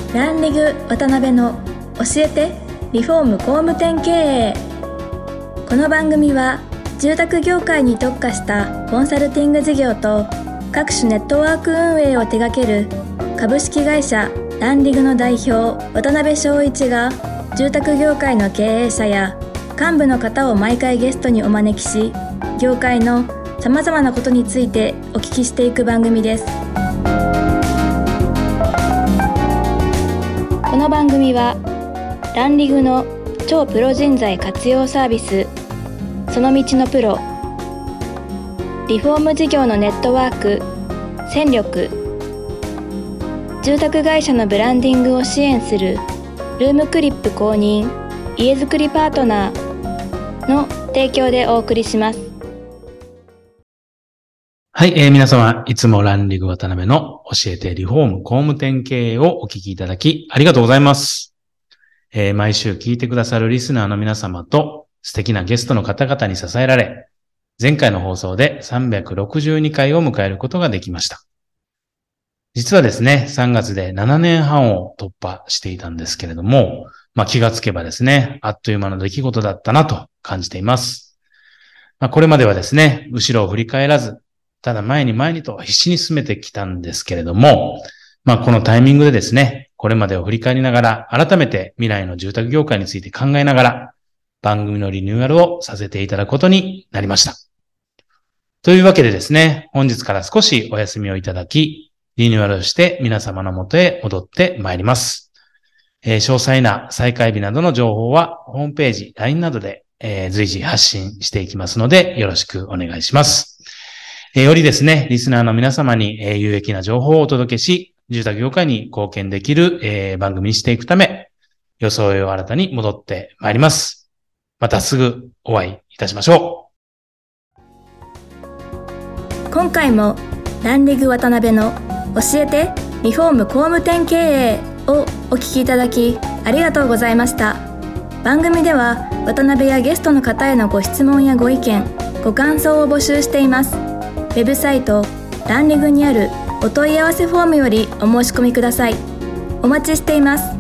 ランリグ渡辺の教えてリフォーム工務店経営。この番組は住宅業界に特化したコンサルティング事業と各種ネットワーク運営を手掛ける株式会社ランリグの代表渡辺翔一が住宅業界の経営者や幹部の方を毎回ゲストにお招きし、業界のさまざまなことについてお聞きしていく番組です。この番組はランリグの超プロ人材活用サービスその道のプロ、リフォーム事業のネットワーク戦力、住宅会社のブランディングを支援するルームクリップ公認家づくりパートナーの提供でお送りします。 はい、皆様いつもランリグ渡辺の教えてリフォーム工務店経営をお聞きいただきありがとうございます。毎週聞いてくださるリスナーの皆様と素敵なゲストの方々に支えられ、前回の放送で362回を迎えることができました。実はですね、3月で7年半を突破していたんですけれども、気がつけばですね、あっという間の出来事だったなと感じています。これまではですね、後ろを振り返らず、ただ前に前にと必死に進めてきたんですけれども、このタイミングでですね、これまでを振り返りながら、改めて未来の住宅業界について考えながら、番組のリニューアルをさせていただくことになりました。というわけでですね、本日から少しお休みをいただき、リニューアルをして皆様の元へ戻ってまいります。詳細な再開日などの情報は、ホームページ、LINE などで、随時発信していきますので、よろしくお願いします。よりですね、リスナーの皆様に有益な情報をお届けし、住宅業界に貢献できる番組にしていくため、装いを新たに戻ってまいります。またすぐお会いいたしましょう。 今回もランリグ渡辺の教えてリフォーム工務店経営をお聞きいただきありがとうございました。番組では渡辺やゲストの方へのご質問やご意見、ご感想を募集しています。ウェブサイトランリグにあるお問い合わせフォームよりお申し込みください。お待ちしています。